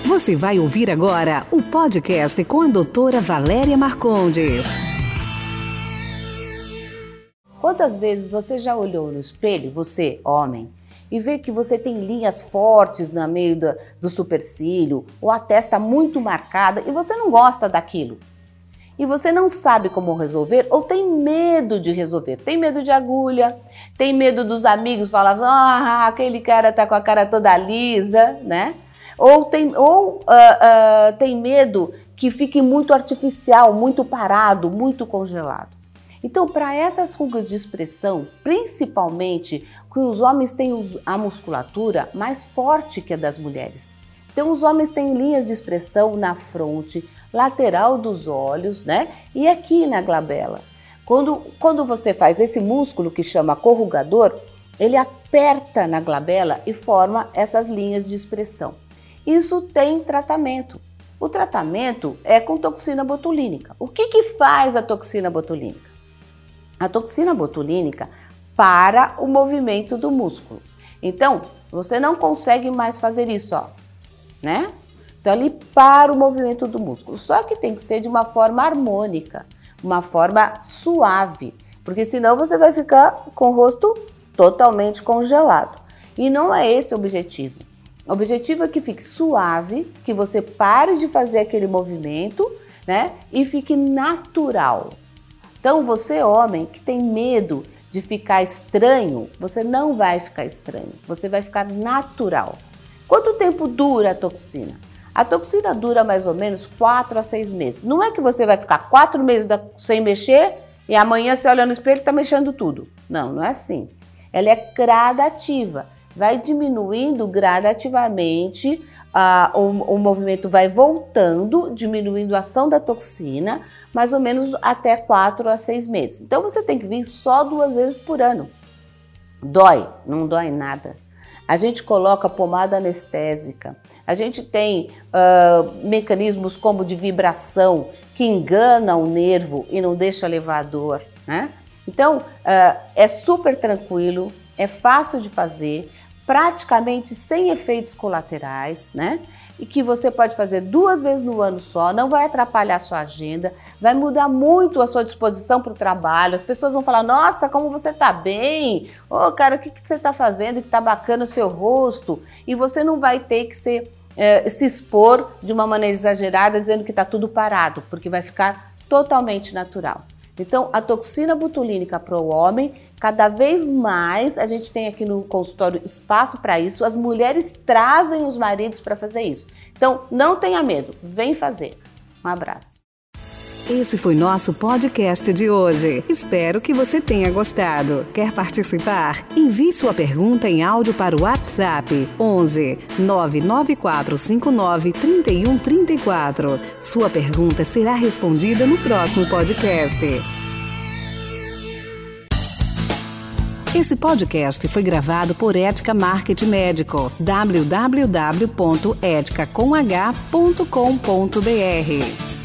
Você vai ouvir agora o podcast com a doutora Valéria Marcondes. Quantas vezes você já olhou no espelho, você, homem, e vê que você tem linhas fortes no meio do supercílio, ou a testa muito marcada, e você não gosta daquilo? E você não sabe como resolver, ou tem medo de resolver? Tem medo de agulha, tem medo dos amigos falarem, aquele cara tá com a cara toda lisa, né? Ou tem medo que fique muito artificial, muito parado, muito congelado. Então, para essas rugas de expressão, principalmente que os homens têm a musculatura mais forte que a das mulheres. Então, os homens têm linhas de expressão na fronte, lateral dos olhos, né? E aqui na glabela. Quando você faz esse músculo que chama corrugador, ele aperta na glabela e forma essas linhas de expressão. Isso tem tratamento. O tratamento é com toxina botulínica. O que faz a toxina botulínica? A toxina botulínica para o movimento do músculo. Então, você não consegue mais fazer isso, ó, né? Então, ele para o movimento do músculo. Só que tem que ser de uma forma harmônica, uma forma suave, porque senão você vai ficar com o rosto totalmente congelado. E não é esse o objetivo. O objetivo é que fique suave, que você pare de fazer aquele movimento, né? E fique natural. Então, você, homem, que tem medo de ficar estranho, você não vai ficar estranho, você vai ficar natural. Quanto tempo dura a toxina? A toxina dura mais ou menos 4 a 6 meses. Não é que você vai ficar 4 meses sem mexer e amanhã você olha no espelho e está mexendo tudo. Não, não é assim. Ela é gradativa, vai diminuindo gradativamente, o movimento vai voltando, diminuindo a ação da toxina, mais ou menos até 4 a 6 meses. Então você tem que vir só 2 vezes por ano. Dói? Não dói nada. A gente coloca pomada anestésica, a gente tem mecanismos como de vibração que engana o nervo e não deixa levar a dor, né? Então, é super tranquilo, é fácil de fazer, praticamente sem efeitos colaterais, né? E que você pode fazer 2 vezes no ano só, não vai atrapalhar a sua agenda, vai mudar muito a sua disposição para o trabalho, as pessoas vão falar, nossa, como você tá bem, ô cara, o que você tá fazendo, que tá bacana o seu rosto, e você não vai ter que se expor de uma maneira exagerada, dizendo que tá tudo parado, porque vai ficar totalmente natural. Então, a toxina botulínica para o homem, cada vez mais a gente tem aqui no consultório espaço para isso, as mulheres trazem os maridos para fazer isso. Então, não tenha medo, vem fazer. Um abraço. Esse foi nosso podcast de hoje. Espero que você tenha gostado. Quer participar? Envie sua pergunta em áudio para o WhatsApp 11 99459 3134. Sua pergunta será respondida no próximo podcast. Esse podcast foi gravado por Ética Marketing Médico, www.eticacomh.com.br.